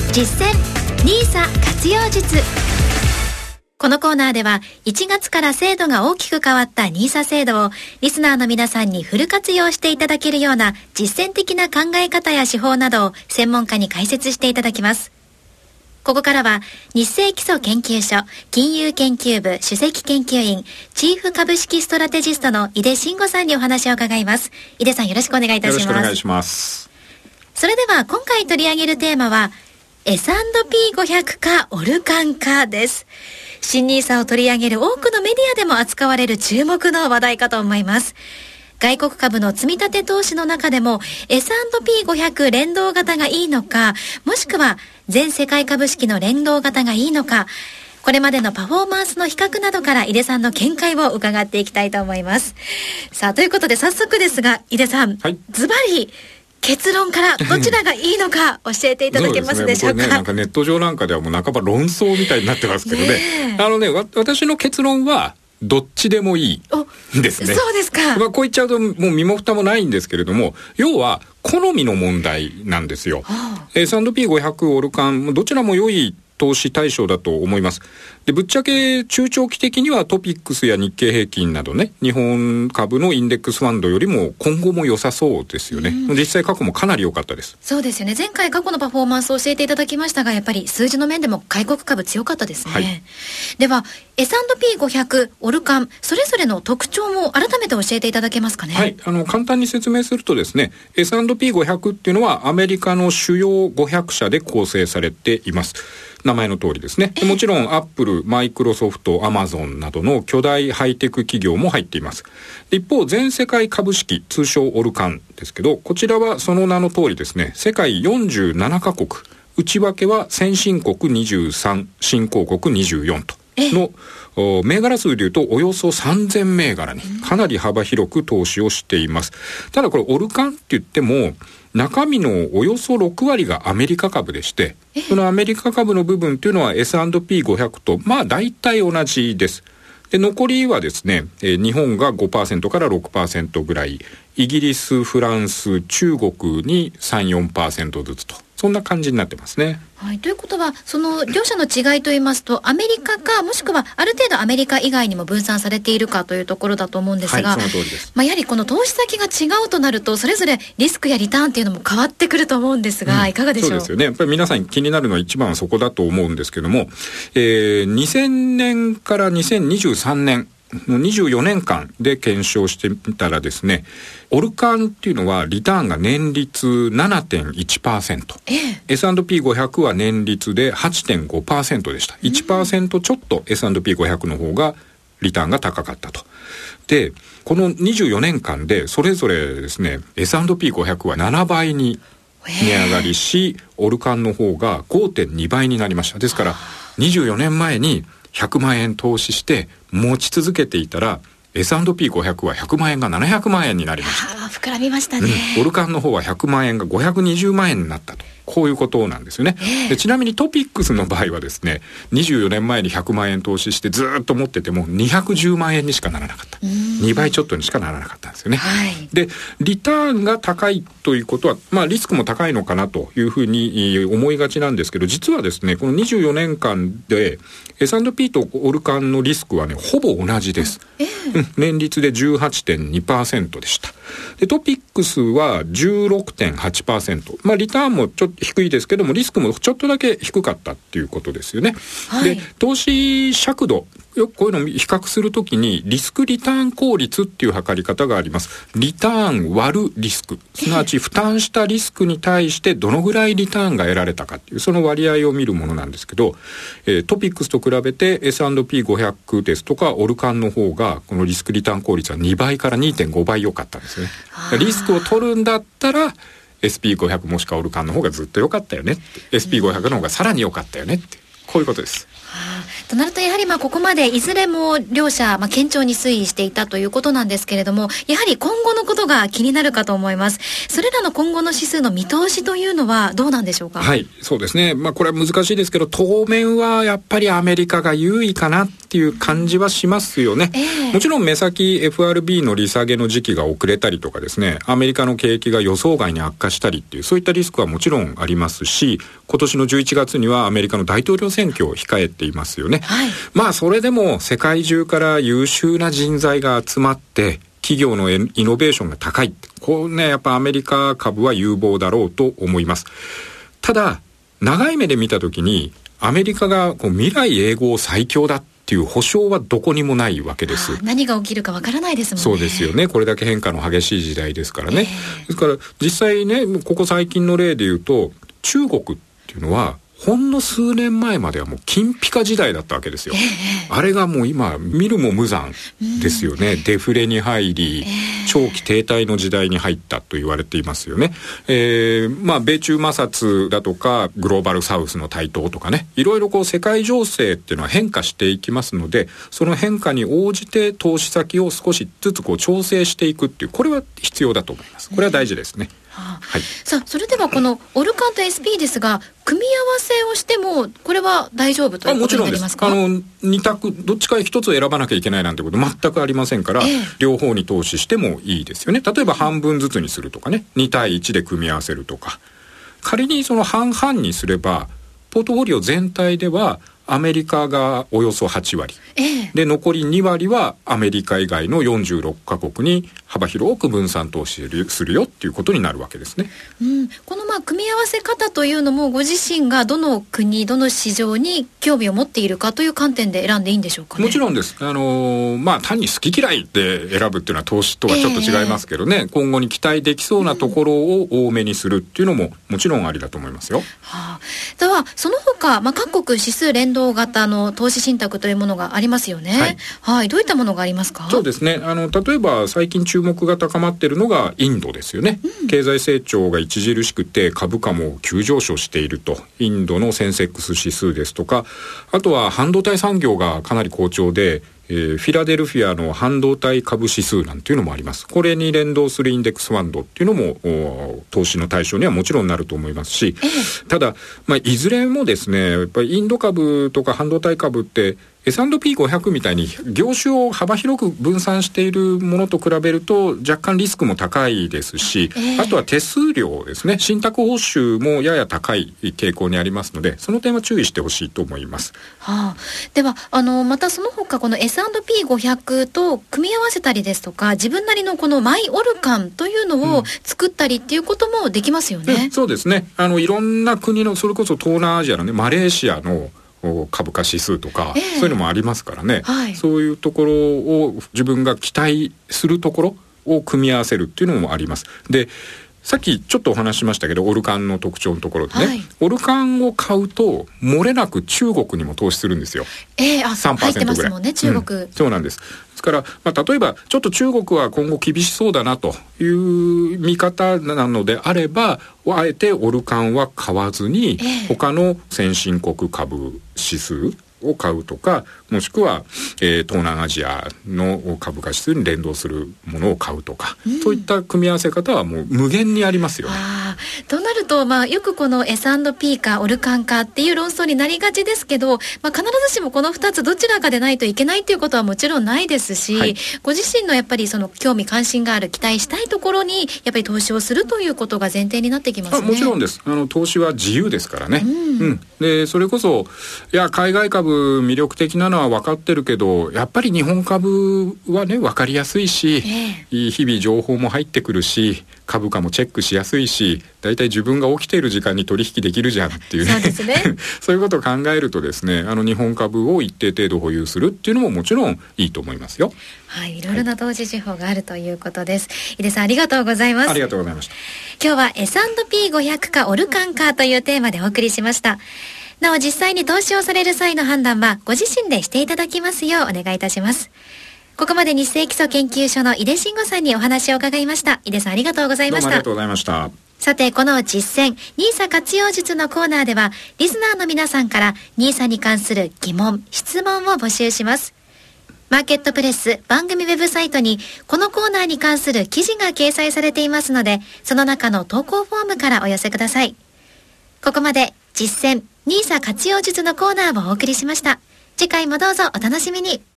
実践 NISA 活用術。このコーナーでは1月から制度が大きく変わった NISA 制度をリスナーの皆さんにフル活用していただけるような実践的な考え方や手法などを専門家に解説していただきます。ここからは日清基礎研究所金融研究部首席研究員チーフ株式ストラテジストの井出慎吾さんにお話を伺います。井出さん、よろしくお願いいたします。 よろしくお願いします。 それでは今回取り上げるテーマは S&P500 かオルカンかです。新NISAを取り上げる多くのメディアでも扱われる注目の話題かと思います。外国株の積み立て投資の中でも S&P500 連動型がいいのか、もしくは全世界株式の連動型がいいのか、これまでのパフォーマンスの比較などから井出さんの見解を伺っていきたいと思います。さあ、ということで早速ですが井出さん、ズバリ結論からどちらがいいのか教えていただけますでしょうか。 なんかネット上なんかではもう半ば論争みたいになってますけどね。私の結論はどっちでもいいですね。 そうですか。 こう言っちゃうともう身も蓋もないんですけれども、要は好みの問題なんですよ。S&P500 オルカンどちらも良い投資対象だと思います。で、ぶっちゃけ中長期的にはトピックスや日経平均などね、日本株のインデックスファンドよりも今後も良さそうですよね。実際過去もかなり良かったです。 そうですよね。前回過去のパフォーマンスを教えていただきましたが、やっぱり数字の面でも外国株強かったですね。はい、では S&P500 オルカンそれぞれの特徴も改めて教えていただけますかね。 はい、簡単に説明するとですね、 S&P500 っていうのはアメリカの主要500社で構成されています。名前の通りですね。もちろんアップル、マイクロソフト、アマゾンなどの巨大ハイテク企業も入っています。一方、全世界株式、通称オルカンですけど、こちらはその名の通りですね、世界47カ国、内訳は先進国23、新興国24との銘柄数でいうとおよそ3000銘柄にかなり幅広く投資をしています。ただこれオルカンって言っても中身のおよそ6割がアメリカ株でして、そのアメリカ株の部分というのは S&P500 と大体同じです。で、残りはですね、日本が 5% から 6% ぐらい、イギリス、フランス、中国に 3-4% ずつと、そんな感じになってますね。 はい、ということはその両者の違いといいますと、アメリカかもしくはある程度アメリカ以外にも分散されているかというところだと思うんですが、 はい、その通りです。 やはりこの投資先が違うとなるとそれぞれリスクやリターンっていうのも変わってくると思うんですが、いかがでしょう。 そうですよね。やっぱり皆さん気になるのは一番はそこだと思うんですけども、2000年から2023年の24年間で検証してみたらですね、オルカンっていうのはリターンが年率 7.1%、S&P500 は年率で 8.5% でした。1% ちょっと S&P500 の方がリターンが高かったと。で、この24年間でそれぞれですね、S&P500 は7倍に値上がりし、オルカンの方が 5.2 倍になりました。ですから24年前に100万円投資して持ち続けていたら S&P500 は100万円が700万円になりました。 膨らみましたね。 オルカンの方は100万円が520万円になったと、こういうことなんですよね。で、ちなみにトピックスの場合はですね、24年前に100万円投資してずっと持ってても210万円にしかならなかった。2倍ちょっとにしかならなかったんですよね。はい、で、リターンが高いということは、リスクも高いのかなというふうに思いがちなんですけど、実はですね、この24年間で S&P とオルカンのリスクはね、ほぼ同じです。年率で 18.2% でした。で、トピックスは 16.8%。リターンもちょっと低いですけども、リスクもちょっとだけ低かったっていうことですよね。はい、で、投資尺度、よくこういうのを比較するときにリスクリターン効率っていう測り方があります。リターン割るリスク、すなわち負担したリスクに対してどのぐらいリターンが得られたかっていうその割合を見るものなんですけど、トピックスと比べて S&P500 ですとかオルカンの方がこのリスクリターン効率は2倍から 2.5 倍良かったんですよね。リスクを取るんだったら SP500 もしくはオルカンの方がずっと良かったよねって、SP500 の方がさらに良かったよねって、こういうことです。 となるとやはりここまでいずれも両者堅調に推移していたということなんですけれども、やはり今後のことが気になるかと思います。それらの今後の指数の見通しというのはどうなんでしょうか。 はい、そうですね。これは難しいですけど、当面はやっぱりアメリカが優位かなっていう感じはしますよね。もちろん目先 FRB の利下げの時期が遅れたりとかですね、アメリカの景気が予想外に悪化したりっていうそういったリスクはもちろんありますし、 今年の11月にはアメリカの大統領選挙を控えていますよね、 はい、 まあそれでも世界中から優秀な人材が集まって企業のイノベーションが高い、こうね、やっぱアメリカ株は有望だろうと思います。ただ長い目で見たときにアメリカが未来永劫最強だっていう保証はどこにもないわけです。 何が起きるかわからないですもんね。 そうですよね。これだけ変化の激しい時代ですからね、ですから実際ね、ここ最近の例で言うと中国っていうのはほんの数年前まではもう金ピカ時代だったわけですよ、あれがもう今見るも無残ですよね、デフレに入り、長期停滞の時代に入ったと言われていますよね。まあ米中摩擦だとかグローバルサウスの台頭とかね、いろいろ世界情勢っていうのは変化していきますので、その変化に応じて投資先を少しずつ調整していくっていう、これは必要だと思います。これは大事ですね。はい、 さあそれではこのオルカンと SP ですが、組み合わせをしてもこれは大丈夫ということになりますか？ もちろんです。2択どっちか一つ選ばなきゃいけないなんてこと全くありませんから、両方に投資してもいいですよね。例えば半分ずつにするとかね、2対1で組み合わせるとか、仮にその半々にすればポートフォリオ全体ではアメリカがおよそ8割、で残り2割はアメリカ以外の46カ国に幅広く分散投資するよっていうことになるわけですね、 この組み合わせ方というのもご自身がどの国どの市場に興味を持っているかという観点で選んでいいんでしょうかね？ もちろんです。単に好き嫌いで選ぶっていうのは投資とはちょっと違いますけどね、今後に期待できそうなところを多めにするっていうのももちろんありだと思いますよ。 ではその他、各国指数連動型の投資信託というものがありますよね。どういったものがありますか？ そうですね、例えば最近注目が高まっているのがインドですよね、経済成長が著しくて株価も急上昇していると。インドのセンセックス指数ですとか、あとは半導体産業がかなり好調で、フィラデルフィアの半導体株指数なんていうのもあります。これに連動するインデックスファンドっていうのも投資の対象にはもちろんなると思いますし、ただ、いずれもですね、やっぱりインド株とか半導体株って S&P500 みたいに業種を幅広く分散しているものと比べると若干リスクも高いですし、あとは手数料ですね、信託報酬もやや高い傾向にありますので、その点は注意してほしいと思います。 ではまたその他この S&P500 と組み合わせたりですとか、自分なりのこのマイオルカンというのを作ったりっていうこともできますよね。 そうですね、いろんな国の、それこそ東南アジアのね、マレーシアの株価指数とか、そういうのもありますからね、そういうところを自分が期待するところを組み合わせるっていうのもあります。で、さっきちょっとお話ししましたけど、オルカンの特徴のところでね、オルカンを買うと漏れなく中国にも投資するんですよ。3% 入ってますもんね、中国、 そうなんです。ですから、例えばちょっと中国は今後厳しそうだなという見方なのであれば、あえてオルカンは買わずに、他の先進国株指数を買うとか、もしくは、東南アジアの株価指数に連動するものを買うとか、そういった組み合わせ方はもう無限にありますよね。 となると、よくこの S&P かオルカンかっていう論争になりがちですけど、必ずしもこの2つどちらかでないといけないということはもちろんないですし、ご自身のやっぱりその興味関心がある、期待したいところにやっぱり投資をするということが前提になってきますね。 もちろんです。投資は自由ですからね、でそれこそ海外株魅力的なのは分かってるけど、やっぱり日本株はね分かりやすいし、日々情報も入ってくるし、株価もチェックしやすいし、だいたい自分が起きている時間に取引できるじゃんっていうね、 そうですねそういうことを考えるとですね、日本株を一定程度保有するっていうのももちろんいいと思いますよ。 いろいろな投資手法があるということです。井出さん、ありがとうございます。 ありがとうございました。 今日は S&P500 かオルカンかというテーマでお送りしました。なお実際に投資をされる際の判断はご自身でしていただきますようお願いいたします。ここまで日清基礎研究所の井出慎吾さんにお話を伺いました。井出さん、ありがとうございました。 どうもありがとうございました。 さて、この実践 NISA 活用術のコーナーでは、リスナーの皆さんから NISA に関する疑問、質問を募集します。マーケットプレス番組ウェブサイトにこのコーナーに関する記事が掲載されていますので、その中の投稿フォームからお寄せください。ここまで実践 NISA 活用術のコーナーをお送りしました。次回もどうぞお楽しみに。